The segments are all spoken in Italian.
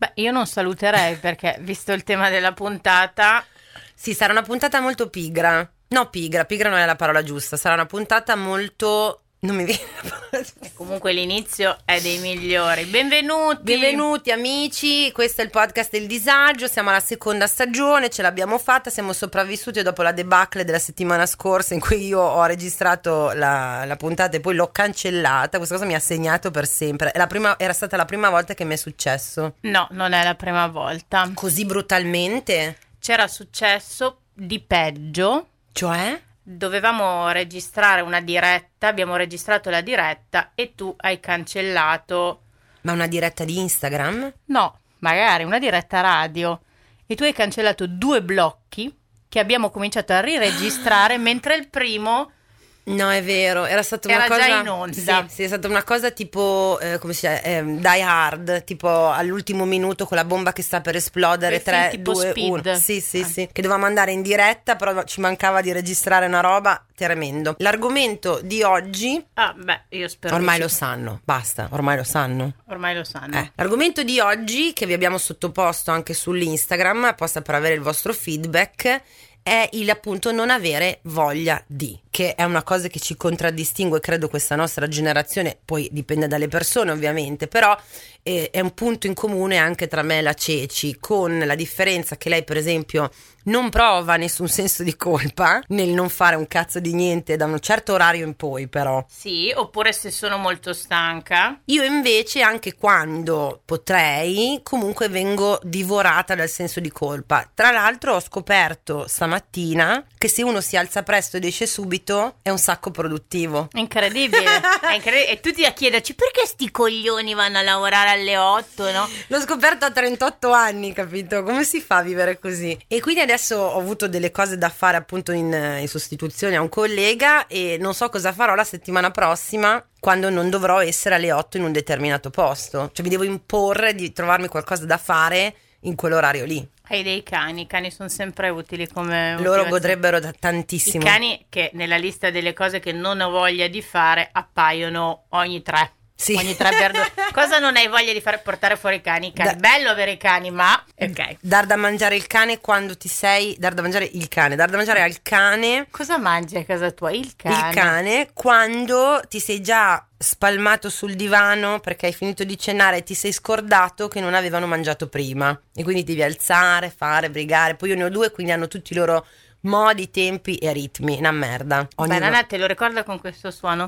Beh, io non saluterei perché, visto il tema della puntata... Sì, sarà una puntata molto pigra. No, pigra non è la parola giusta. Sarà una puntata molto... Non mi viene la parola giusta. Comunque l'inizio è dei migliori. Benvenuti! Benvenuti amici, questo è il podcast del disagio, siamo alla seconda stagione, ce l'abbiamo fatta, siamo sopravvissuti dopo la debacle della settimana scorsa in cui io ho registrato la puntata e poi l'ho cancellata. Questa cosa mi ha segnato per sempre. Era stata la prima volta che mi è successo. No, non è la prima volta. Così brutalmente? C'era successo di peggio. Cioè? Dovevamo registrare una diretta, abbiamo registrato la diretta e tu hai cancellato. Ma una diretta di Instagram? No, magari una diretta radio. E tu hai cancellato 2 blocchi che abbiamo cominciato a riregistrare mentre il primo... No, è vero, era stata una era cosa... già in onda. Sì, è stata una cosa tipo, come si chiama, Die Hard, tipo all'ultimo minuto con la bomba che sta per esplodere, Quei film 3, tipo 2, Speed. 1. Sì, che dovevamo andare in diretta, però ci mancava di registrare una roba tremendo. L'argomento di oggi... Io spero Ormai che lo sanno, basta, ormai lo sanno. Ormai lo sanno. L'argomento di oggi, che vi abbiamo sottoposto anche sull'Instagram, apposta per avere il vostro feedback, è il appunto non avere voglia di, che è una cosa che ci contraddistingue, credo, questa nostra generazione, poi dipende dalle persone ovviamente, però è un punto in comune anche tra me e la Ceci, con la differenza che lei per esempio non prova nessun senso di colpa nel non fare un cazzo di niente da un certo orario in poi, però. Sì, oppure se sono molto stanca. Io invece anche quando potrei comunque vengo divorata dal senso di colpa. Tra l'altro ho scoperto stamattina che se uno si alza presto ed esce subito è un sacco produttivo. Incredibile. E tutti a chiederci perché sti coglioni vanno a lavorare alle 8, no? L'ho scoperto a 38 anni, capito? Come si fa a vivere così? E quindi adesso ho avuto delle cose da fare appunto in sostituzione a un collega e non so cosa farò la settimana prossima quando non dovrò essere alle 8 in un determinato posto. Cioè mi devo imporre di trovarmi qualcosa da fare in quell'orario lì. Hai dei cani, i cani sono sempre utili come... Loro godrebbero tantissimo. I cani che nella lista delle cose che non ho voglia di fare appaiono ogni 3. Sì. Ogni 3 per 2. Cosa non hai voglia di fare? Portare fuori i cani. Bello avere i cani, ma ok. Dar da mangiare il cane quando ti sei. Dar da mangiare il cane. Dar da mangiare al cane. Cosa mangi a casa tua? Il cane. Il cane quando ti sei già spalmato sul divano perché hai finito di cenare e ti sei scordato che non avevano mangiato prima. E quindi devi alzare, fare, brigare. Poi io ne ho 2, quindi hanno tutti i loro modi, tempi e ritmi. Una merda. Nana te lo ricorda con questo suono?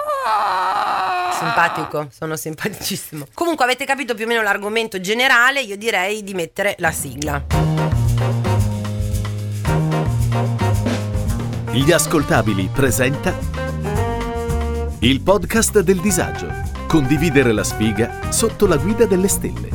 Simpatico, sono simpaticissimo. Comunque avete capito più o meno l'argomento generale. Io direi di mettere la sigla. Gli Ascoltabili presenta il podcast del disagio. Condividere la sfiga sotto la guida delle stelle.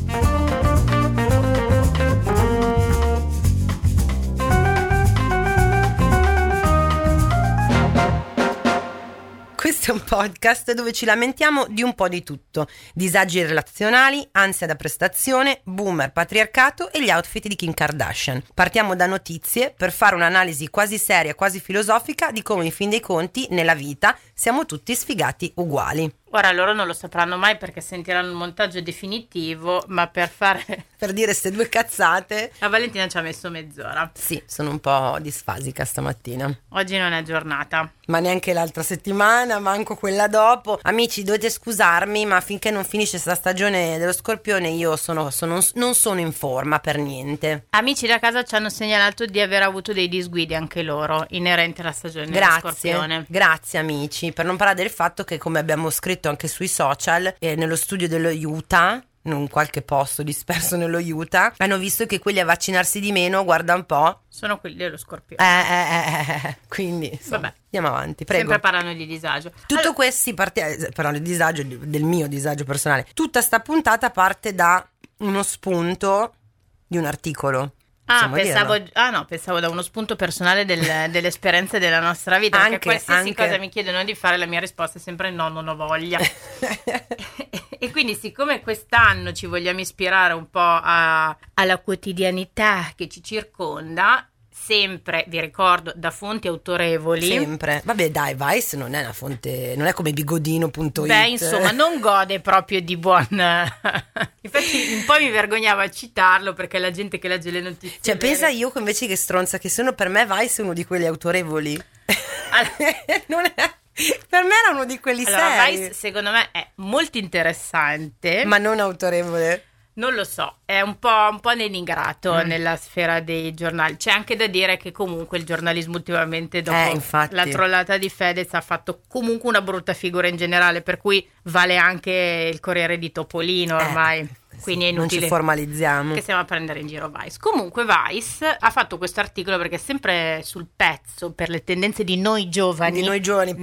Questo è un podcast dove ci lamentiamo di un po' di tutto. Disagi relazionali, ansia da prestazione, boomer, patriarcato e gli outfit di Kim Kardashian. Partiamo da notizie per fare un'analisi quasi seria, quasi filosofica di come in fin dei conti nella vita siamo tutti sfigati uguali. Ora loro non lo sapranno mai perché sentiranno il montaggio definitivo, ma per dire ste 2 cazzate. La Valentina ci ha messo mezz'ora. Sì, sono un po' disfasica stamattina. Oggi non è giornata. Ma neanche l'altra settimana, manco quella dopo. Amici, dovete scusarmi, ma finché non finisce questa stagione dello Scorpione io non sono in forma per niente. Amici da casa ci hanno segnalato di aver avuto dei disguidi anche loro inerenti alla stagione dello Scorpione. Grazie amici, per non parlare del fatto che, come abbiamo scritto anche sui social, nello studio dello Utah, in un qualche posto disperso nello Utah, hanno visto che quelli a vaccinarsi di meno, guarda un po', sono quelli dello Scorpione. Quindi insomma, vabbè, andiamo avanti, prego. Sempre parlando di disagio. Tutto questo parlando di disagio, del mio disagio personale. Tutta sta puntata parte da uno spunto di un articolo. Pensavo da uno spunto personale delle esperienze della nostra vita. Perché qualsiasi cosa mi chiedono di fare, la mia risposta è sempre no, non ho voglia. E quindi, siccome quest'anno ci vogliamo ispirare un po' alla quotidianità che ci circonda, sempre, vi ricordo, da fonti autorevoli. Sempre. Vabbè, dai, Vice non è una fonte, non è come bigodino.it. Beh, insomma, non gode proprio di buon... Infatti un po' mi vergognavo a citarlo, perché la gente che legge le notizie... Cioè, pensa io invece che stronza che sono, per me Vice è uno di quelli autorevoli. Non è... Per me era uno di quelli seri. Vice secondo me è molto interessante, ma non autorevole. Non lo so, è un po' denigrato nella sfera dei giornali. C'è anche da dire che comunque il giornalismo ultimamente, dopo la trollata di Fedez, ha fatto comunque una brutta figura in generale, per cui vale anche il Corriere di Topolino ormai. Quindi è inutile, non ci formalizziamo, che stiamo a prendere in giro Vice. Comunque Vice ha fatto questo articolo perché è sempre sul pezzo per le tendenze di noi giovani. Noi giovani.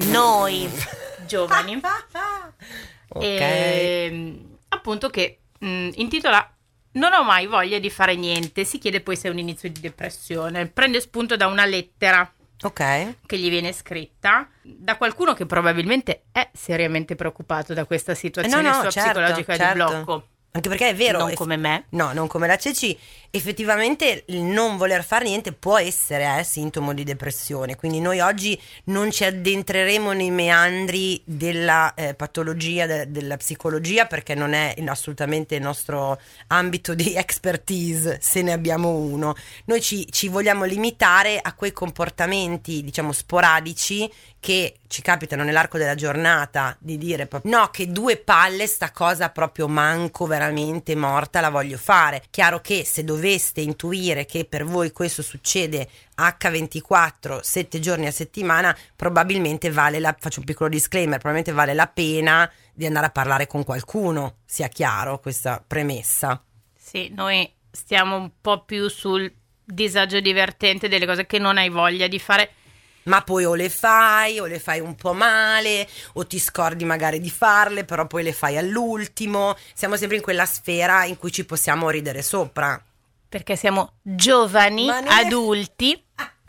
Ok. E, appunto, che intitola "Non ho mai voglia di fare niente", si chiede poi se è un inizio di depressione. Prende spunto da una lettera che gli viene scritta da qualcuno che probabilmente è seriamente preoccupato da questa situazione psicologica di blocco. Anche perché è vero, non come me. No, non come la Ceci. Effettivamente il non voler fare niente può essere sintomo di depressione. Quindi noi oggi non ci addentreremo nei meandri della patologia, della psicologia, perché non è assolutamente il nostro ambito di expertise, se ne abbiamo uno. Noi ci vogliamo limitare a quei comportamenti, diciamo, sporadici che ci capitano nell'arco della giornata, di dire no, che 2 palle, sta cosa proprio manco, veramente morta, la voglio fare. Chiaro che se doveste intuire che per voi questo succede H24, 7 giorni a settimana, probabilmente faccio un piccolo disclaimer, probabilmente vale la pena di andare a parlare con qualcuno, sia chiaro questa premessa. Sì, noi stiamo un po' più sul disagio divertente delle cose che non hai voglia di fare. Ma poi o le fai un po' male, o ti scordi magari di farle, però poi le fai all'ultimo. Siamo sempre in quella sfera in cui ci possiamo ridere sopra. Perché siamo giovani, adulti,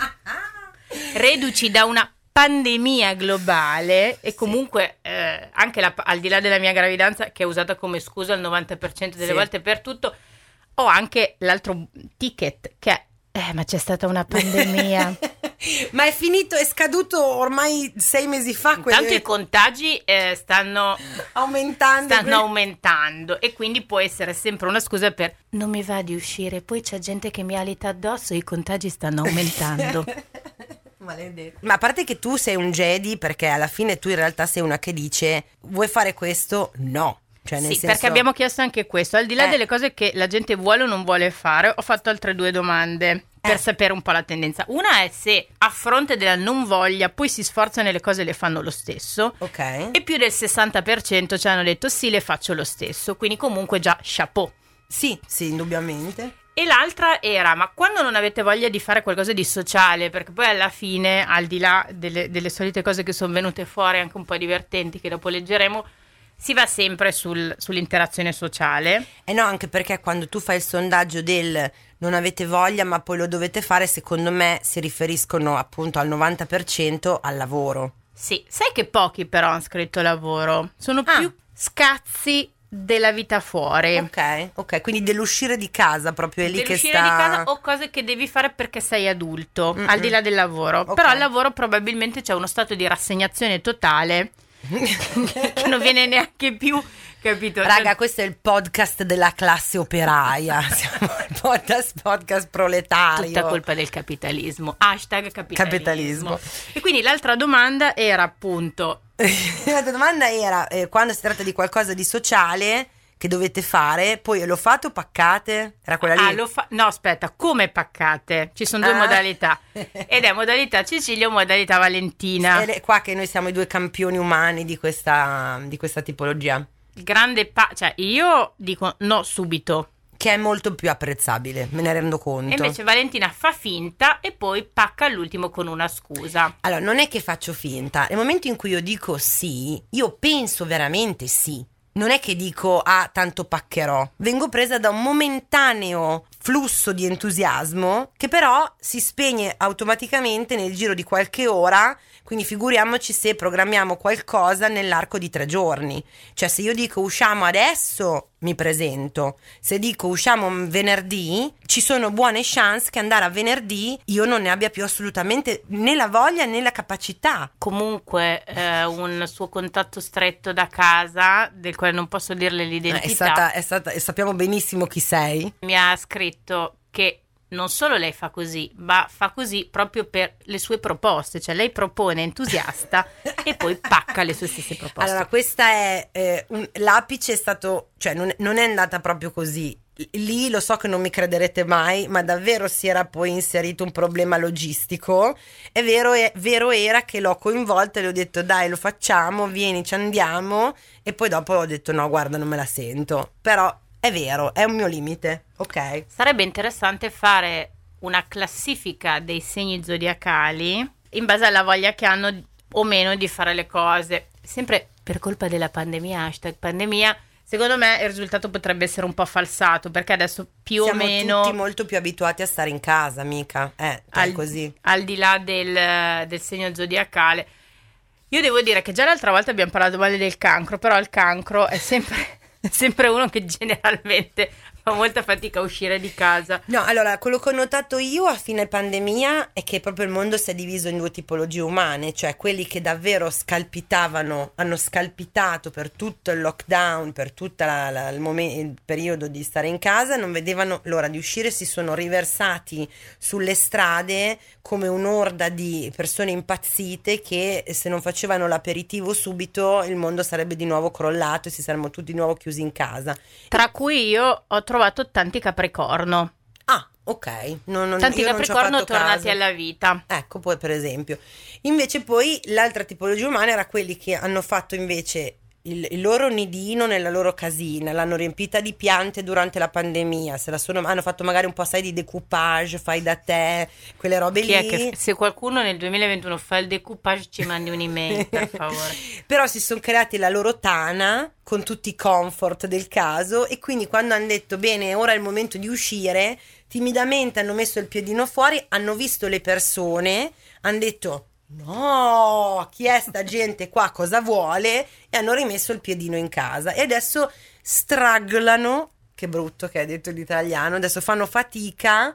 reduci da una pandemia globale e comunque anche al di là della mia gravidanza, che è usata come scusa il 90% delle volte per tutto, ho anche l'altro ticket che è ma c'è stata una pandemia. Ma è finito, è scaduto ormai 6 mesi fa. Intanto i contagi stanno aumentando e quindi può essere sempre una scusa per non mi va di uscire, poi c'è gente che mi alita addosso, i contagi stanno aumentando. Maledetto. Ma a parte che tu sei un Jedi, perché alla fine tu in realtà sei una che dice vuoi fare questo? No. Cioè, nel senso... perché abbiamo chiesto anche questo, al di là delle cose che la gente vuole o non vuole fare, ho fatto altre 2 domande per sapere un po' la tendenza. Una è se a fronte della non voglia poi si sforzano e le cose le fanno lo stesso, e più del 60% ci hanno detto sì, le faccio lo stesso, quindi comunque già chapeau. Sì, indubbiamente. E l'altra era, ma quando non avete voglia di fare qualcosa di sociale, perché poi alla fine, al di là delle solite cose che sono venute fuori, anche un po' divertenti, che dopo leggeremo, si va sempre sull'interazione sociale. No, anche perché quando tu fai il sondaggio del non avete voglia ma poi lo dovete fare, secondo me si riferiscono appunto al 90% al lavoro. Sì, sai che pochi però hanno scritto lavoro, sono più scazzi della vita fuori. Ok, quindi dell'uscire di casa, proprio è lì che sta... Dell'uscire di casa o cose che devi fare perché sei adulto, al di là del lavoro. Però al lavoro probabilmente c'è uno stato di rassegnazione totale che non viene neanche più, capito? Raga, questo è il podcast della classe operaia. Siamo il podcast proletario. Tutta colpa del capitalismo. #capitalismo. E quindi l'altra domanda era appunto l'altra domanda era quando si tratta di qualcosa di sociale che dovete fare, poi lo fate o paccate? Era quella lì? No, aspetta, come paccate? Ci sono 2 modalità, ed è modalità Cecilia o modalità Valentina. Ed è qua che noi siamo i 2 campioni umani di questa tipologia. Il grande cioè io dico no subito, che è molto più apprezzabile, me ne rendo conto. E invece Valentina fa finta e poi pacca all'ultimo con una scusa. Allora, non è che faccio finta, nel momento in cui io dico sì, io penso veramente sì. Non è che dico tanto paccherò, vengo presa da un momentaneo flusso di entusiasmo che però si spegne automaticamente nel giro di qualche ora, quindi figuriamoci se programmiamo qualcosa nell'arco di 3 giorni. Cioè se io dico usciamo adesso, mi presento. Se dico usciamo venerdì, ci sono buone chance che andare a venerdì io non ne abbia più assolutamente né la voglia né la capacità. Comunque un suo contatto stretto da casa, del quale non posso dirle l'identità, è stata, e sappiamo benissimo chi sei. Mi ha scritto che non solo lei fa così, ma fa così proprio per le sue proposte, cioè lei propone entusiasta e poi pacca le sue stesse proposte. Allora, questa è l'apice è stato, cioè non è andata proprio così. Lì lo so che non mi crederete mai, ma davvero si era poi inserito un problema logistico. È vero era che l'ho coinvolta e le ho detto dai, lo facciamo, vieni, ci andiamo, e poi dopo ho detto no, guarda, non me la sento. Però è vero, è un mio limite, ok? Sarebbe interessante fare una classifica dei segni zodiacali in base alla voglia che hanno o meno di fare le cose. Sempre per colpa della pandemia, #pandemia, secondo me il risultato potrebbe essere un po' falsato, perché adesso più o meno siamo tutti molto più abituati a stare in casa, mica, è così. Al di là del segno zodiacale, io devo dire che già l'altra volta abbiamo parlato male del cancro, però il cancro è sempre uno che generalmente fa molta fatica a uscire di casa. No, allora, quello che ho notato io a fine pandemia è che proprio il mondo si è diviso in due tipologie umane, cioè quelli che davvero hanno scalpitato per tutto il lockdown, per tutto il periodo di stare in casa, non vedevano l'ora di uscire, si sono riversati sulle strade come un'orda di persone impazzite che se non facevano l'aperitivo subito il mondo sarebbe di nuovo crollato e si saremmo tutti di nuovo chiusi in casa. Tra cui io ho trovato tanti Capricorno. Ah, ok. Tanti Capricorno tornati alla vita. Ecco, poi per esempio. Invece poi l'altra tipologia umana era quelli che hanno fatto invece il loro nidino nella loro casina, l'hanno riempita di piante durante la pandemia, hanno fatto magari un po', sai, di decoupage, fai da te, quelle robe lì. È che se qualcuno nel 2021 fa il decoupage ci mandi un'email, per favore. Però si sono creati la loro tana con tutti i comfort del caso, e quindi quando hanno detto bene, ora è il momento di uscire, timidamente hanno messo il piedino fuori, hanno visto le persone, hanno detto no, chi è sta gente qua, cosa vuole, e hanno rimesso il piedino in casa e adesso stragglano, che brutto che hai detto l'italiano, adesso fanno fatica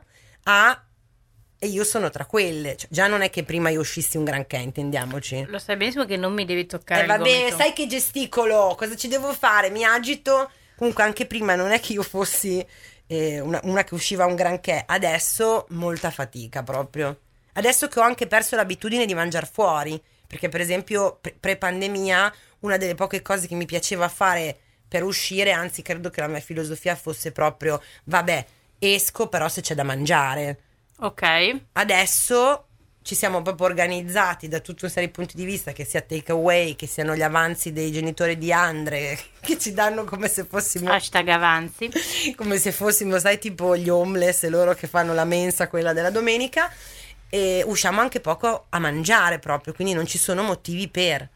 e io sono tra quelle, cioè, già non è che prima io uscissi un granché, intendiamoci. Lo sai benissimo che non mi devi toccare il vabbè, gomito. Sai che gesticolo, cosa ci devo fare, mi agito. Comunque anche prima non è che io fossi una che usciva un granché, adesso molta fatica proprio. Adesso che ho anche perso l'abitudine di mangiare fuori, perché per esempio pre-pandemia una delle poche cose che mi piaceva fare per uscire, anzi credo che la mia filosofia fosse proprio vabbè, esco però se c'è da mangiare. Ok. Adesso ci siamo proprio organizzati da tutta una serie di punti di vista, che sia take away, che siano gli avanzi dei genitori di Andre che ci danno come se fossimo #avanzi, come se fossimo, sai, tipo gli homeless e loro che fanno la mensa quella della domenica. E usciamo anche poco a mangiare proprio, quindi non ci sono motivi per.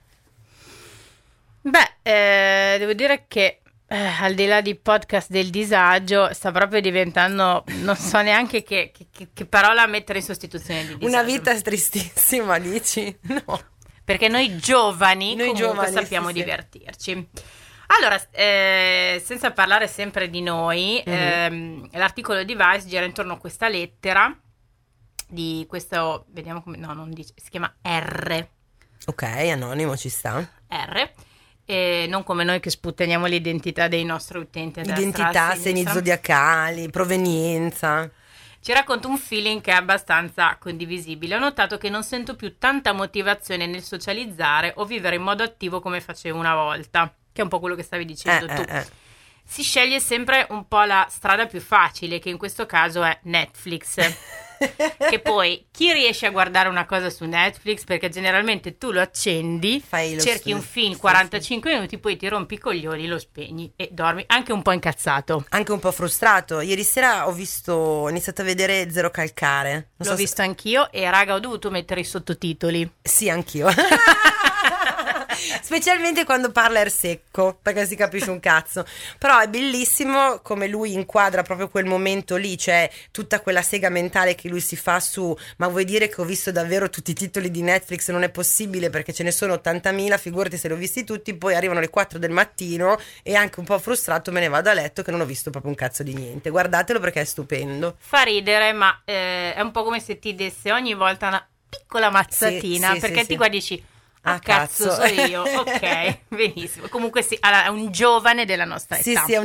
Beh, devo dire che al di là di podcast del disagio sta proprio diventando, non so neanche che parola mettere in sostituzione di disagio. Una vita tristissima, dici? No. Perché noi giovani sappiamo sì, divertirci. Allora, senza parlare sempre di noi, l'articolo di Vice gira intorno a questa lettera di questo, vediamo come, no, non dice, si chiama R. Ok, anonimo, ci sta. R. Non come noi che sputtaniamo l'identità dei nostri utenti. Identità, segni zodiacali, provenienza. Ci racconta un feeling che è abbastanza condivisibile. Ho notato che non sento più tanta motivazione nel socializzare o vivere in modo attivo come facevo una volta, che è un po' quello che stavi dicendo tu. Si sceglie sempre un po' la strada più facile, che in questo caso è Netflix. Che poi chi riesce a guardare una cosa su Netflix, perché generalmente tu lo accendi, cerchi un film 45 minuti, poi ti rompi i coglioni, lo spegni e dormi anche un po' incazzato, anche un po' frustrato. Ieri sera ho iniziato a vedere Zero Calcare, l'ho visto anch'io e raga, ho dovuto mettere i sottotitoli. Sì, anch'io. specialmente quando parla secco, perché si capisce un cazzo. Però è bellissimo come lui inquadra proprio quel momento lì, cioè tutta quella sega mentale che lui si fa su ma vuoi dire che ho visto davvero tutti i titoli di Netflix? Non è possibile perché ce ne sono 80.000, figurati se li ho visti tutti. Poi arrivano le 4 del mattino e anche un po' frustrato me ne vado a letto che non ho visto proprio un cazzo di niente. Guardatelo perché è stupendo. Fa ridere, ma è un po' come se ti desse ogni volta una piccola mazzatina, sì, perché sì, ti sì. guardi e dici cazzo so io, ok, benissimo. Comunque sì, allora, è un giovane della nostra età. Sì, è un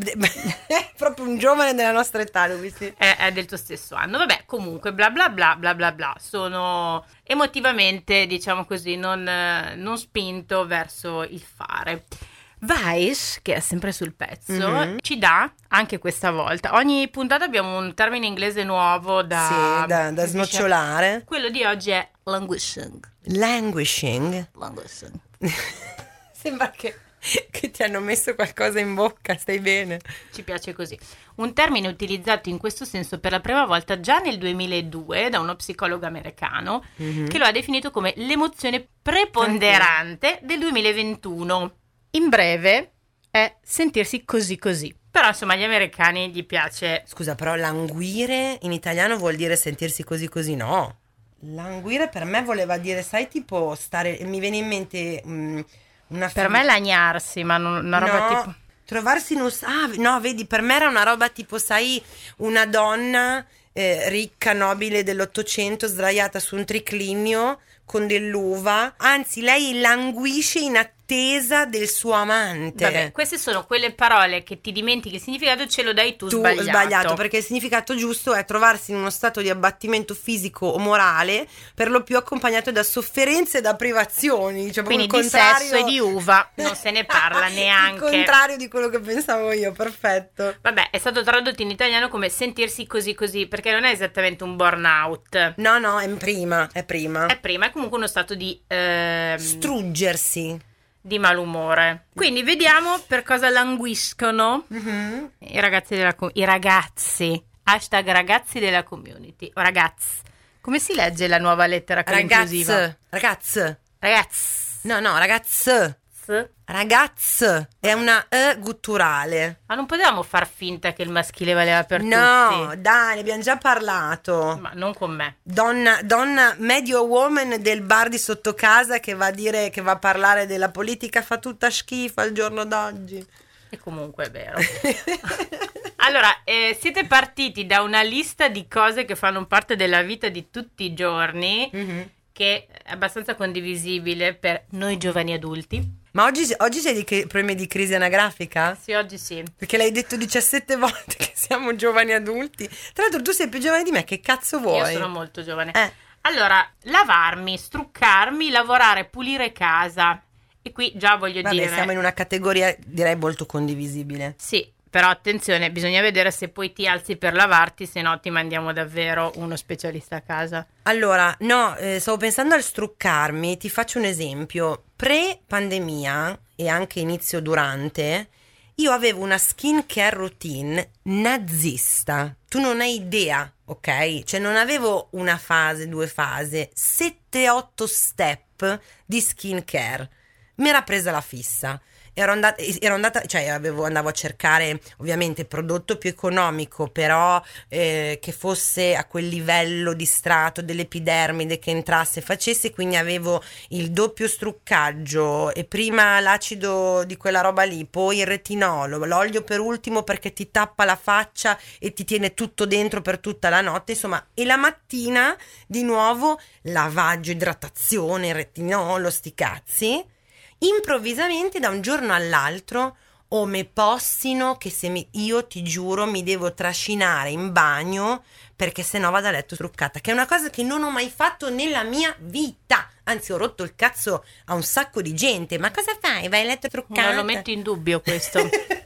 è proprio un giovane della nostra età, lui, sì. È del tuo stesso anno. Vabbè, comunque bla bla bla bla bla bla. Sono emotivamente, diciamo così, non spinto verso il fare. Vice, che è sempre sul pezzo, ci dà anche questa volta. Ogni puntata abbiamo un termine inglese nuovo da snocciolare. Quello di oggi è languishing. Languishing? Sembra che ti hanno messo qualcosa in bocca, stai bene? Ci piace così. Un termine utilizzato in questo senso per la prima volta già nel 2002 da uno psicologo americano che lo ha definito come l'emozione preponderante del 2021. In breve è sentirsi così così. Però insomma agli americani gli piace. Scusa, però languire in italiano vuol dire sentirsi così così, no? Languire per me voleva dire, sai, tipo stare, mi viene in mente per me è lagnarsi, ma una roba tipo trovarsi in un... no, vedi, per me era una roba tipo, sai, una donna ricca, nobile dell'Ottocento sdraiata su un triclinio con dell'uva, anzi lei languisce in attesa del suo amante. Vabbè, queste sono quelle parole che ti dimentichi il significato, ce lo dai tu sbagliato, perché il significato giusto è trovarsi in uno stato di abbattimento fisico o morale, per lo più accompagnato da sofferenze e da privazioni, cioè quindi di sesso e di uva non se ne parla neanche. Il contrario di quello che pensavo io, perfetto. Vabbè, è stato tradotto in italiano come sentirsi così così, perché non è esattamente un burnout. No, è prima. È comunque uno stato di struggersi, di malumore. Quindi vediamo per cosa languiscono i ragazzi hashtag ragazzi della community o ragazzi. Come si legge la nuova lettera inclusiva? Ragazz. No, ragazz è una E gutturale. Ma non potevamo far finta che il maschile valeva per tutti? No, dai, ne abbiamo già parlato. Ma non con me. Donna medio woman del bar di sotto casa che va a dire, che va a parlare della politica, fa tutta schifo al giorno d'oggi. E comunque è vero. Allora, siete partiti da una lista di cose che fanno parte della vita di tutti i giorni, che è abbastanza condivisibile per noi giovani adulti. Ma oggi sei di problemi di crisi anagrafica? Sì, oggi sì. Perché l'hai detto 17 volte che siamo giovani adulti. Tra l'altro tu sei più giovane di me, che cazzo vuoi? Io sono molto giovane. Allora, lavarmi, struccarmi, lavorare, pulire casa. E qui già voglio dire... Vabbè, siamo in una categoria direi molto condivisibile. Sì, però attenzione, bisogna vedere se poi ti alzi per lavarti, se no ti mandiamo davvero uno specialista a casa. Allora, no, stavo pensando al struccarmi, ti faccio un esempio. Pre-pandemia e anche inizio durante, io avevo una skincare routine nazista. Tu non hai idea, ok? Cioè non avevo una fase, 2 fasi, 7-8 step di skincare. Mi era presa la fissa. Ero andata, cioè andavo a cercare ovviamente prodotto più economico, però che fosse a quel livello di strato dell'epidermide che entrasse e facesse, quindi avevo il doppio struccaggio e prima l'acido di quella roba lì, poi il retinolo, l'olio per ultimo perché ti tappa la faccia e ti tiene tutto dentro per tutta la notte, insomma, e la mattina di nuovo lavaggio, idratazione, retinolo, sti cazzi. Improvvisamente da un giorno all'altro me possino che io ti giuro mi devo trascinare in bagno perché sennò vado a letto struccata, che è una cosa che non ho mai fatto nella mia vita, anzi ho rotto il cazzo a un sacco di gente. Ma cosa fai? Vai a letto truccata? Non lo metto in dubbio questo.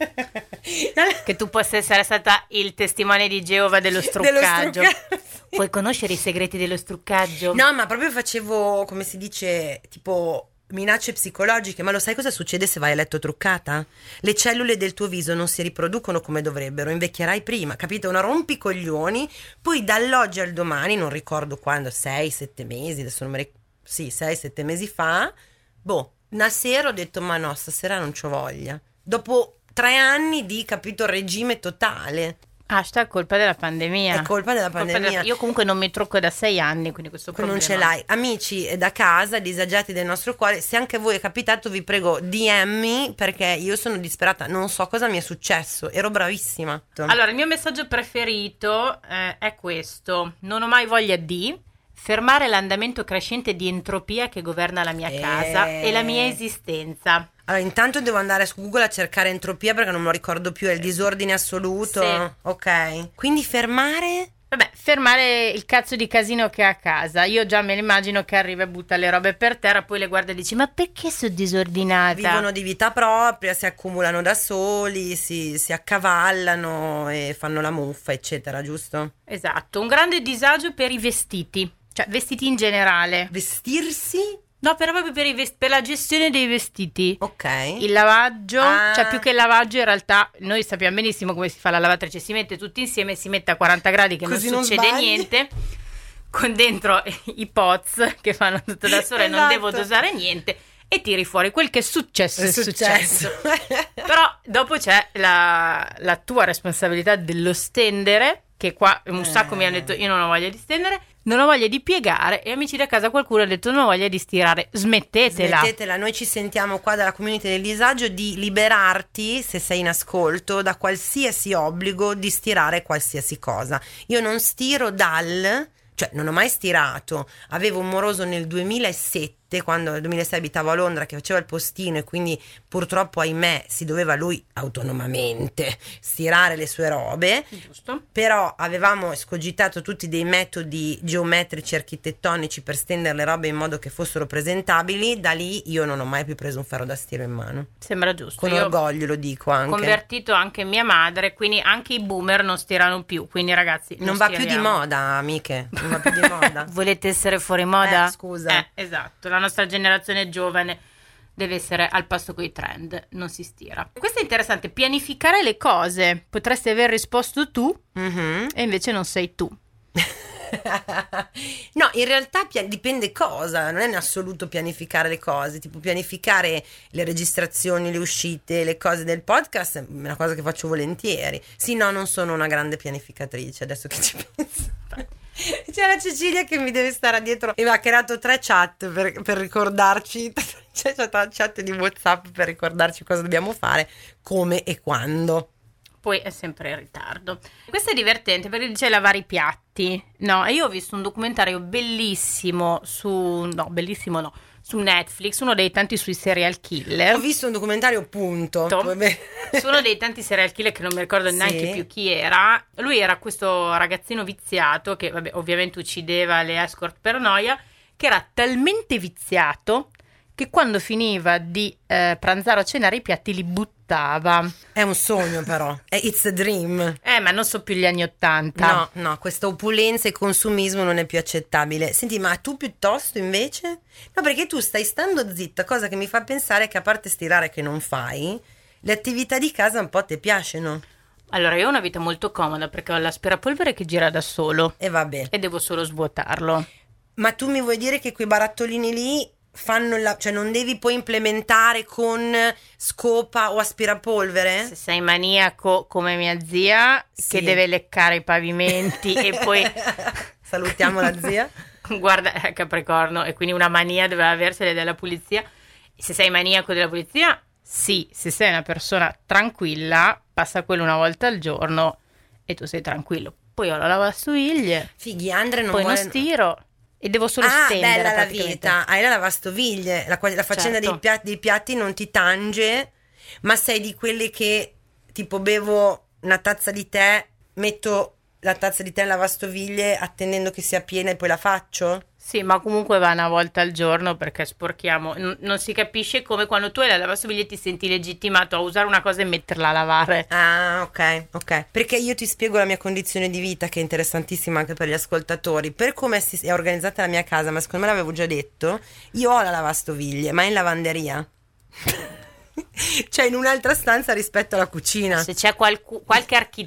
Che tu possa essere stata il testimone di Geova dello struccaggio. Puoi conoscere i segreti dello struccaggio? No, ma proprio facevo, come si dice, tipo minacce psicologiche. Ma lo sai cosa succede se vai a letto truccata? Le cellule del tuo viso non si riproducono come dovrebbero, invecchierai prima, capito? Una rompicoglioni. Poi dall'oggi al domani, non ricordo quando, 6-7 mesi, adesso non mi ricordo, sì, 6-7 mesi fa, una sera ho detto ma no, stasera non c'ho voglia. Dopo 3 anni di, capito, regime totale. Hashtag colpa della pandemia. È colpa della pandemia. Io comunque non mi trucco da 6 anni, quindi questo problema non ce l'hai. Amici da casa, disagiati del nostro cuore, se anche a voi è capitato, vi prego DMmi, perché io sono disperata, non so cosa mi è successo, ero bravissima. Allora, il mio messaggio preferito è questo: non ho mai voglia di fermare l'andamento crescente di entropia che governa la mia casa e la mia esistenza. Allora, intanto devo andare su Google a cercare entropia perché non me lo ricordo più, è il disordine assoluto. Sì. Ok. Quindi fermare? Vabbè, fermare il cazzo di casino che ha a casa. Io già me lo immagino che arriva e butta le robe per terra, poi le guarda e dici ma perché sono disordinata? Vivono di vita propria, si accumulano da soli, si accavallano e fanno la muffa, eccetera, giusto? Esatto, un grande disagio per i vestiti, cioè vestiti in generale. Vestirsi? No, però proprio per la gestione dei vestiti. Ok. Il lavaggio, cioè più che il lavaggio in realtà noi sappiamo benissimo come si fa la lavatrice, si mette tutti insieme, si mette a 40 gradi che così non succede niente, con dentro i poz che fanno tutto da solo e non devo dosare niente e tiri fuori quel che è successo. Però dopo c'è la tua responsabilità dello stendere, che qua un sacco mi hanno detto io non ho voglia di stendere, non ho voglia di piegare, e amici da casa qualcuno ha detto non ho voglia di stirare. Smettetela. Noi ci sentiamo qua dalla community del disagio di liberarti, se sei in ascolto, da qualsiasi obbligo di stirare qualsiasi cosa. Io non stiro cioè non ho mai stirato, avevo un moroso nel 2007, quando nel 2006 abitavo a Londra, che faceva il postino e quindi purtroppo ahimè si doveva lui autonomamente stirare le sue robe. Giusto. Però avevamo escogitato tutti dei metodi geometrici architettonici per stendere le robe in modo che fossero presentabili. Da lì io non ho mai più preso un ferro da stiro in mano. Sembra giusto. Con orgoglio lo dico anche. Ho convertito anche mia madre, quindi anche i boomer non stirano più, quindi ragazzi non va più di moda, amiche, non va più di moda. Volete essere fuori moda? Scusa. Esatto, la nostra generazione giovane deve essere al passo coi trend, non si stira. Questo è interessante, pianificare le cose. Potresti aver risposto tu, e invece non sei tu. No, in realtà dipende cosa, non è in assoluto pianificare le cose, tipo pianificare le registrazioni, le uscite, le cose del podcast è una cosa che faccio volentieri. Sì, no, non sono una grande pianificatrice, adesso che ci penso. C'è la Cecilia che mi deve stare dietro e mi ha creato 3 chat per ricordarci. C'è la chat di WhatsApp per ricordarci cosa dobbiamo fare, come e quando. Poi è sempre in ritardo. Questo è divertente perché dice lavare i piatti. No, io ho visto un documentario bellissimo su Netflix, uno dei tanti sui serial killer. Ho visto un documentario, punto. Su uno dei tanti serial killer che non mi ricordo neanche più chi era. Lui era questo ragazzino viziato che ovviamente uccideva le escort per noia, che era talmente viziato che quando finiva di pranzare o cenare i piatti li buttava. È un sogno però, it's a dream. Ma non so più gli anni '80. No, questa opulenza e consumismo non è più accettabile. Senti, ma tu piuttosto invece? No, perché tu stai stando zitta, cosa che mi fa pensare che a parte stirare che non fai, le attività di casa un po' ti piacciono. Allora, io ho una vita molto comoda perché ho l'aspirapolvere che gira da solo. E vabbè. E devo solo svuotarlo. Ma tu mi vuoi dire che quei barattolini lì cioè non devi poi implementare con scopa o aspirapolvere? Se sei maniaco come mia zia, che deve leccare i pavimenti e poi salutiamo la zia. Guarda, è Capricorno e quindi una mania deve aversene della pulizia. Se sei maniaco della pulizia, sì. Se sei una persona tranquilla, passa quello una volta al giorno e tu sei tranquillo. Poi ho la lavastoviglie. Fighi, Andre non poi vuole... non stiro. E devo solo stendere. Bella la vita. Hai la lavastoviglie, la faccenda dei piatti non ti tange, ma sei di quelle che tipo bevo una tazza di tè, metto la tazza di tè in lavastoviglie attendendo che sia piena e poi la faccio? Sì, ma comunque va una volta al giorno perché sporchiamo. Non si capisce come quando tu hai la lavastoviglie ti senti legittimato a usare una cosa e metterla a lavare. Ah, ok. Perché io ti spiego la mia condizione di vita, che è interessantissima anche per gli ascoltatori. Per come è organizzata la mia casa, ma secondo me l'avevo già detto, io ho la lavastoviglie, ma in lavanderia. Cioè in un'altra stanza rispetto alla cucina. Se c'è qualche architetto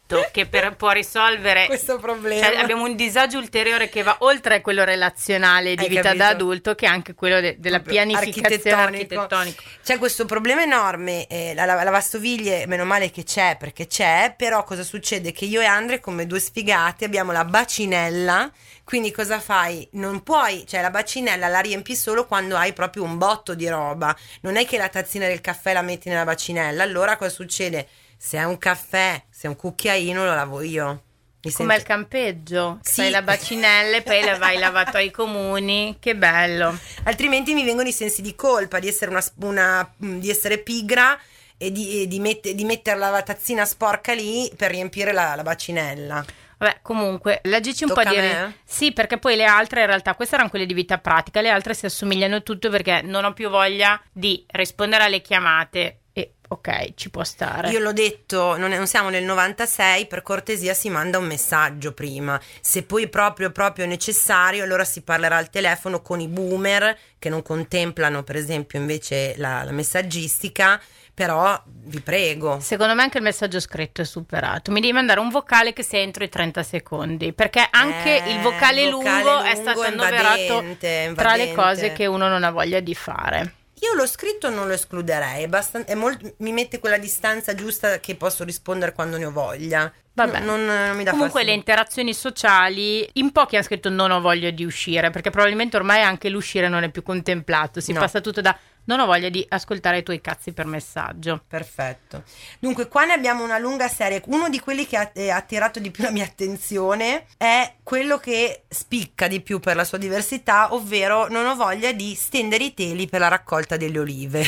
adulto che può risolvere questo problema. Cioè, abbiamo un disagio ulteriore che va oltre a quello relazionale di vita da adulto, che è anche quello della pianificazione architettonico. C'è questo problema enorme, la lavastoviglie meno male che c'è, perché c'è, però cosa succede? Che io e Andre, come due sfigati, abbiamo la bacinella. Quindi cosa fai? Non puoi, cioè la bacinella la riempi solo quando hai proprio un botto di roba. Non è che la tazzina del caffè la metti nella bacinella. Allora cosa succede? Se è un caffè, se è un cucchiaino, lo lavo io. Come al campeggio, sì. Fai la bacinella e poi la vai lavato ai comuni, che bello. Altrimenti mi vengono i sensi di colpa di essere di essere pigra e di mettere la tazzina sporca lì per riempire la bacinella. Vabbè, comunque, leggici un po' di... Sì, perché poi le altre in realtà, queste erano quelle di vita pratica, le altre si assomigliano tutte perché non ho più voglia di rispondere alle chiamate e ok, ci può stare. Io l'ho detto, non siamo nel 96, per cortesia si manda un messaggio prima. Se poi proprio necessario, allora si parlerà al telefono con i boomer che non contemplano per esempio invece la messaggistica. Però vi prego. Secondo me anche il messaggio scritto è superato. Mi devi mandare un vocale che sia entro i 30 secondi. Perché anche il vocale lungo è stato annoverato tra le cose che uno non ha voglia di fare. Io l'ho scritto, non lo escluderei. Mi mette quella distanza giusta che posso rispondere quando ne ho voglia. Vabbè. Non mi dà Comunque fastidio. le interazioni sociali, in pochi hanno scritto non ho voglia di uscire, perché probabilmente ormai anche l'uscire non è più contemplato. Si passa tutto da non ho voglia di ascoltare i tuoi cazzi per messaggio. Perfetto. Dunque qua ne abbiamo una lunga serie. Uno di quelli che ha attirato di più la mia attenzione è quello che spicca di più per la sua diversità, ovvero non ho voglia di stendere i teli per la raccolta delle olive.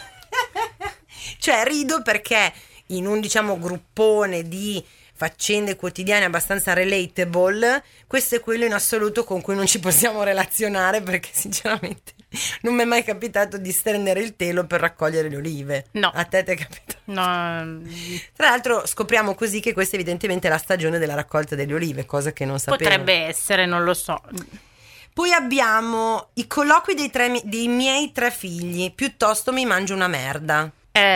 Cioè rido perché in un gruppone di faccende quotidiane abbastanza relatable, questo è quello in assoluto con cui non ci possiamo relazionare, perché sinceramente non mi è mai capitato di stendere il telo per raccogliere le olive. No. A te è capitato? No. Tra l'altro scopriamo così che questa evidentemente è la stagione della raccolta delle olive, cosa che non sapevo. Potrebbe essere, non lo so. Poi abbiamo i colloqui dei miei 3 figli, piuttosto mi mangio una merda.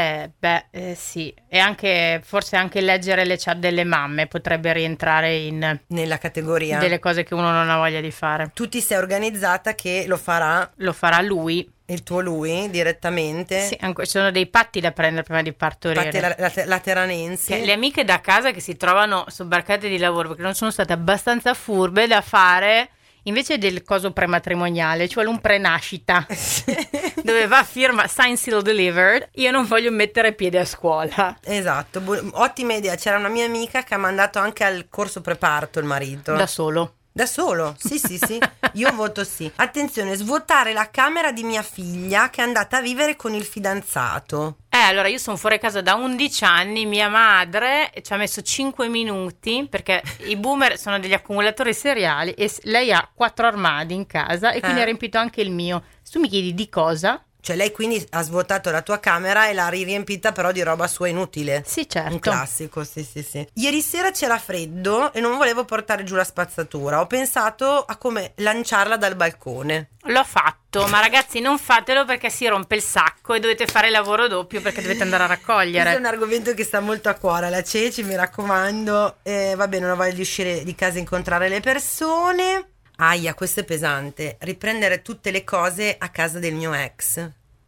Sì, e forse anche leggere le chat delle mamme potrebbe rientrare nella categoria delle cose che uno non ha voglia di fare. Tu ti sei organizzata che lo farà lui, il tuo lui direttamente. Sì, ci sono dei patti da prendere prima di partorire. Patti lateranensi. Le amiche da casa che si trovano sobbarcate di lavoro perché non sono state abbastanza furbe da fare invece del coso prematrimoniale, cioè un prenascita dove va firma sign seal delivered. Io non voglio mettere piede a scuola. Esatto, ottima idea. C'era una mia amica che ha mandato anche al corso preparto il marito. Da solo? Sì. Io voto sì. Attenzione, svuotare la camera di mia figlia che è andata a vivere con il fidanzato. Allora io sono fuori casa da 11 anni, mia madre ci ha messo 5 minuti perché i boomer sono degli accumulatori seriali e lei ha 4 armadi in casa e quindi ha riempito anche il mio. Se tu mi chiedi di cosa... Cioè lei quindi ha svuotato la tua camera e l'ha riempita però di roba sua inutile. Sì, certo. Un classico, sì. Ieri sera c'era freddo e non volevo portare giù la spazzatura. Ho pensato a come lanciarla dal balcone. L'ho fatto, ma ragazzi non fatelo perché si rompe il sacco e dovete fare il lavoro doppio perché dovete andare a raccogliere. Questo è un argomento che sta molto a cuore alla Ceci, mi raccomando. Va bene, non ho voglia di uscire di casa e incontrare le persone. Aia, questo è pesante. Riprendere tutte le cose a casa del mio ex.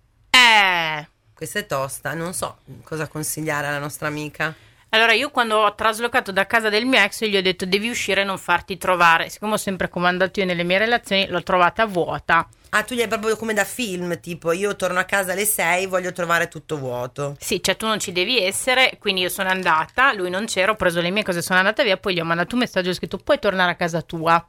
Questa è tosta, non so cosa consigliare alla nostra amica. Allora io quando ho traslocato da casa del mio ex gli ho detto devi uscire e non farti trovare. Siccome ho sempre comandato io nelle mie relazioni, l'ho trovata vuota. Ah, tu gli hai proprio come da film, tipo io torno a casa alle 6, voglio trovare tutto vuoto. Sì, cioè tu non ci devi essere, quindi io sono andata, lui non c'era, ho preso le mie cose, sono andata via, poi gli ho mandato un messaggio e ho scritto puoi tornare a casa tua.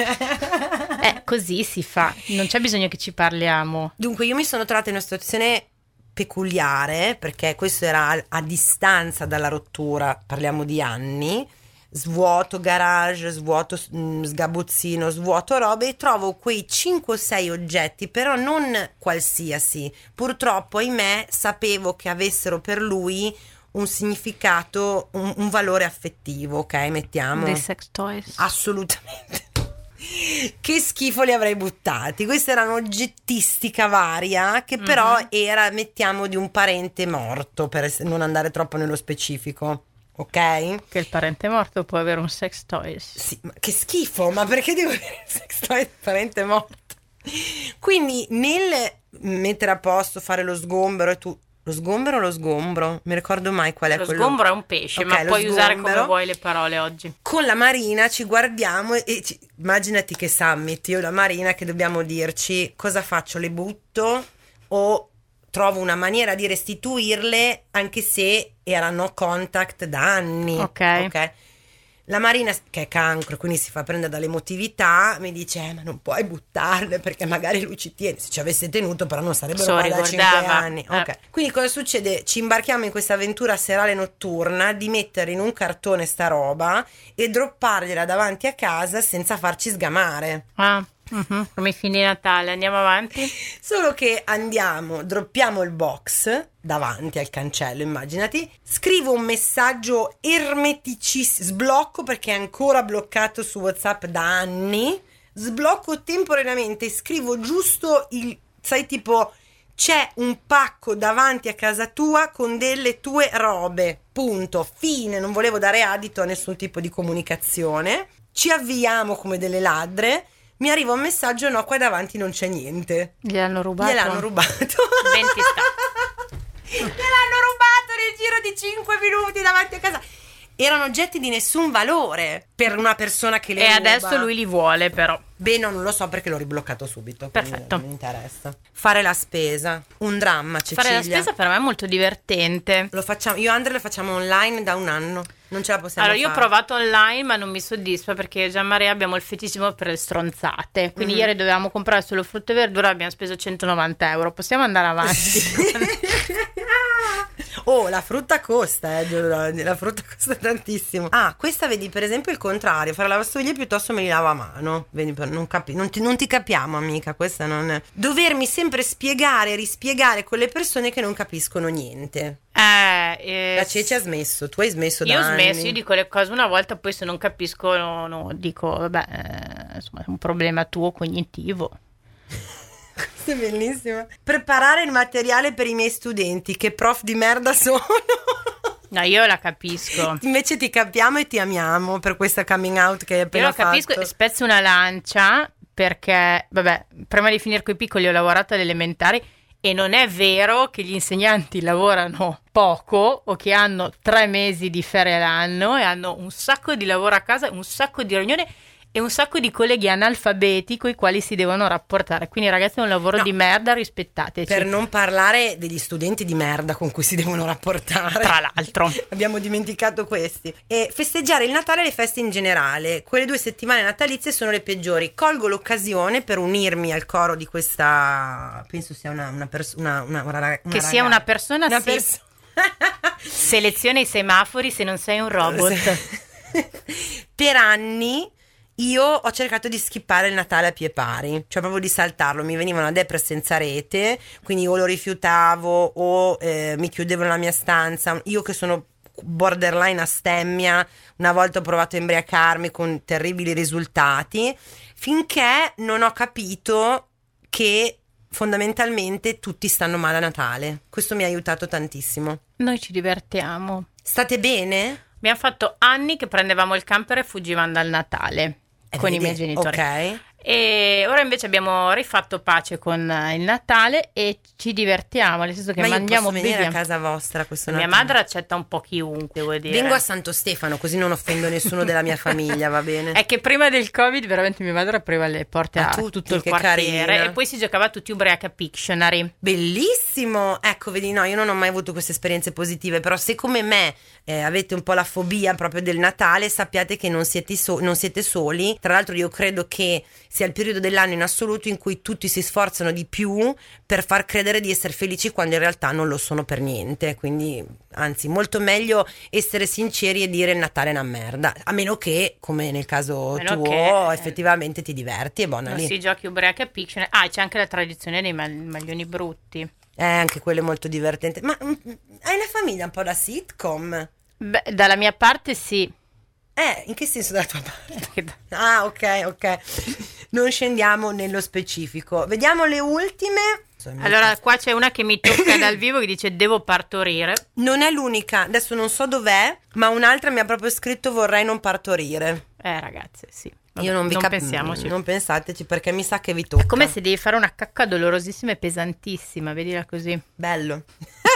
Così si fa, non c'è bisogno che ci parliamo. Dunque io mi sono trovata in una situazione peculiare, perché questo era a distanza dalla rottura, parliamo di anni. Svuoto garage, svuoto sgabuzzino, svuoto robe e trovo quei 5 o 6 oggetti, però non qualsiasi. Purtroppo, ahimè, sapevo che avessero per lui un significato, un valore affettivo, ok? Mettiamo. Dei sex toys. Assolutamente. Che schifo li avrei buttati. Questa era un'oggettistica varia che però era, mettiamo, di un parente morto, per non andare troppo nello specifico. ok? Che il parente morto può avere un sex toy. Sì, ma che schifo, ma perché devo avere un sex toy del parente morto? Quindi nel mettere a posto, fare lo sgombero e tu... Lo sgombero o lo sgombro? Mi ricordo mai qual è lo quello. Lo sgombro è un pesce, okay, ma puoi usare come vuoi le parole oggi. Con la Marina ci guardiamo e immaginati che summit, io e la Marina, che dobbiamo dirci cosa faccio, le butto o trovo una maniera di restituirle anche se erano contact da anni. Ok. La Marina, che è cancro, quindi si fa prendere dall'emotività, mi dice ma non puoi buttarle perché magari lui ci tiene. Se ci avesse tenuto però non sarebbero qua da 5 anni. Okay. Quindi cosa succede? Ci imbarchiamo in questa avventura serale notturna di mettere in un cartone sta roba e droppargliela davanti a casa senza farci sgamare. Come i fini di Natale, andiamo avanti. Solo che droppiamo il box davanti al cancello, immaginati, scrivo un messaggio ermeticissimo, sblocco perché è ancora bloccato su WhatsApp da anni, sblocco temporaneamente, scrivo giusto sai tipo c'è un pacco davanti a casa tua con delle tue robe, punto, fine, non volevo dare adito a nessun tipo di comunicazione, ci avviamo come delle ladre. Mi arriva un messaggio, no, qua davanti non c'è niente. Gliel'hanno rubato. 20 Gliel'hanno rubato nel giro di 5 minuti davanti a casa. Erano oggetti di nessun valore per una persona che le ruba. Adesso lui li vuole però. Beh, no, non lo so perché l'ho ribloccato subito. Perfetto. Non mi interessa. Fare la spesa, un dramma, Cecilia. Fare la spesa per me è molto divertente. Lo facciamo, io e Andrea lo facciamo online da un anno. Non ce la possiamo fare. Io ho provato online ma non mi soddisfa perché io e Gianmaria abbiamo il feticismo per le stronzate. Quindi ieri dovevamo comprare solo frutta e verdura, abbiamo speso 190 euro. Possiamo andare avanti? Oh, la frutta costa, la frutta costa tantissimo. Questa vedi per esempio il contrario, fare la lavastoviglie piuttosto me li lavo a mano. Vedi, non ti capiamo amica, questa non è. Dovermi sempre spiegare e rispiegare con le persone che non capiscono niente. La Ceci ha smesso, tu hai smesso da anni. Io ho smesso, io dico le cose una volta, poi se non capisco dico vabbè, insomma è un problema tuo cognitivo. Questa è bellissima. Preparare il materiale per i miei studenti, che prof di merda sono. No, io la capisco. Invece ti capiamo e ti amiamo per questa coming out che hai appena fatto. Io la capisco e spezzo una lancia perché, vabbè, prima di finire coi piccoli ho lavorato alle elementari e non è vero che gli insegnanti lavorano poco o che hanno 3 mesi di ferie all'anno e hanno un sacco di lavoro a casa, un sacco di riunioni e un sacco di colleghi analfabeti con i quali si devono rapportare. Quindi ragazzi è un lavoro di merda, rispettateci. Per non parlare degli studenti di merda con cui si devono rapportare. Tra l'altro. Abbiamo dimenticato questi. E festeggiare il Natale e le feste in generale. Quelle 2 settimane natalizie sono le peggiori. Colgo l'occasione per unirmi al coro di questa... Penso sia una persona... Che sia una persona... Seleziona i semafori se non sei un robot. Per anni... Io ho cercato di skippare il Natale a pie pari, cioè proprio di saltarlo, mi veniva una depre senza rete, quindi o lo rifiutavo o mi chiudevo nella mia stanza. Io che sono borderline astemmia, una volta ho provato a imbriacarmi con terribili risultati, finché non ho capito che fondamentalmente tutti stanno male a Natale. Questo mi ha aiutato tantissimo. Noi ci divertiamo. State bene? Abbiamo fatto anni che prendevamo il camper e fuggivamo dal Natale con i miei genitori. Ok. E ora invece abbiamo rifatto pace con il Natale e ci divertiamo, nel senso che mangiamo, beviamo. Ma io posso venire a casa vostra questo Natale? Mia madre accetta un po' chiunque, vuol dire. Vengo a Santo Stefano, così non offendo nessuno della mia famiglia, va bene? È che prima del Covid veramente mia madre apriva le porte a tutto il quartiere carina. E poi si giocava tutti ubriachi a Pictionary. Bellissimo! Ecco, vedi, no, io non ho mai avuto queste esperienze positive, però se come me avete un po' la fobia proprio del Natale, sappiate che non siete soli. Tra l'altro io credo che sia il periodo dell'anno in assoluto in cui tutti si sforzano di più per far credere di essere felici quando in realtà non lo sono per niente, quindi anzi molto meglio essere sinceri e dire il Natale è una merda, a meno che come nel caso tuo effettivamente ti diverti e buona non lì. Si giochi ubriachi a Pictionary. C'è anche la tradizione dei maglioni brutti, anche quello è molto divertente. Ma hai la famiglia un po' da sitcom? Beh, dalla mia parte sì. In che senso dalla tua parte? Ok. Non scendiamo nello specifico. Vediamo le ultime. cazzo. Allora qua c'è una che mi tocca dal vivo che dice devo partorire. Non è l'unica, adesso non so dov'è, ma un'altra mi ha proprio scritto vorrei non partorire. Ragazze, sì. Vabbè, io non pensiamoci. Non pensateci, perché mi sa che vi tocca. È come se devi fare una cacca dolorosissima e pesantissima, vedila così. Bello.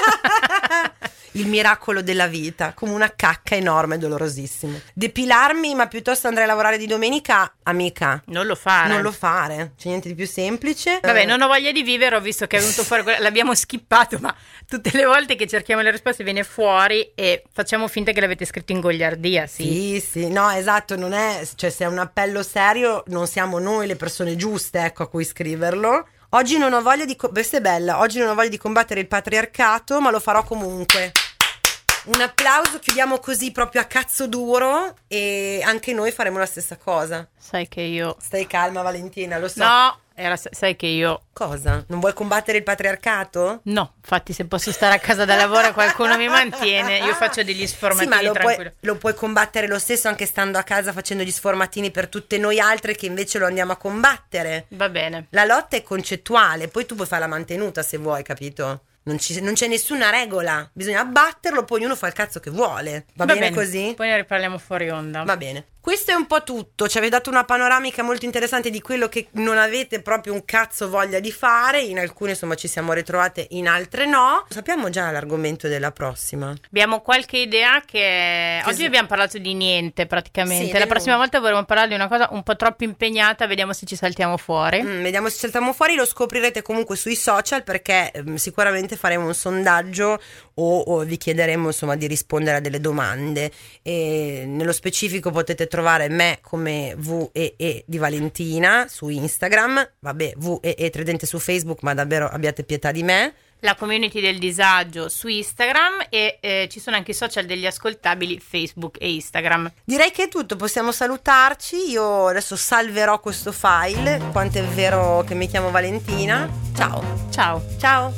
Il miracolo della vita, come una cacca enorme e dolorosissima. Depilarmi, ma piuttosto andrei a lavorare di domenica, amica. Non lo fare. C'è niente di più semplice. Vabbè, non ho voglia di vivere, ho visto che è venuto fuori, l'abbiamo skippato, ma tutte le volte che cerchiamo le risposte viene fuori e facciamo finta che l'avete scritto in goliardia, sì. Sì, no, esatto, non è, cioè se è un appello serio non siamo noi le persone giuste, ecco, a cui scriverlo. Oggi non ho voglia questa è bella, oggi non ho voglia di combattere il patriarcato, ma lo farò comunque. Un applauso, chiudiamo così proprio a cazzo duro e anche noi faremo la stessa cosa. Sai che io... Stai calma Valentina, lo so. No, sai che io... Cosa? Non vuoi combattere il patriarcato? No, infatti se posso stare a casa da lavoro e qualcuno mi mantiene, io faccio degli sformatini tranquillo. Lo puoi combattere lo stesso anche stando a casa facendo gli sformatini per tutte noi altre che invece lo andiamo a combattere. Va bene. La lotta è concettuale, poi tu puoi fare la mantenuta se vuoi, capito? Non c'è nessuna regola, bisogna abbatterlo, poi ognuno fa il cazzo che vuole. Va bene così? Poi ne riparliamo fuori onda. Va bene. Questo è un po' tutto, ci avete dato una panoramica molto interessante di quello che non avete proprio un cazzo voglia di fare, in alcune insomma ci siamo ritrovate, in altre no. Sappiamo già l'argomento della prossima. Abbiamo qualche idea che oggi abbiamo parlato di niente praticamente, sì, la prossima volta vorremmo parlare di una cosa un po' troppo impegnata, vediamo se ci saltiamo fuori. Vediamo se ci saltiamo fuori, lo scoprirete comunque sui social perché sicuramente faremo un sondaggio o vi chiederemo insomma di rispondere a delle domande e nello specifico potete trovare me come VEE di Valentina su Instagram, vabbè VEE Tridente su Facebook, ma davvero abbiate pietà di me. La community del disagio su Instagram e ci sono anche i social degli ascoltabili Facebook e Instagram. Direi che è tutto, possiamo salutarci. Io adesso salverò questo file, quanto è vero che mi chiamo Valentina. Ciao.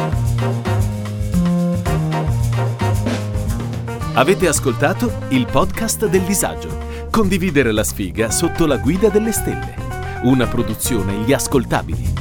Avete ascoltato il podcast del disagio. Condividere la sfiga sotto la guida delle stelle. Una produzione Gli Ascoltabili.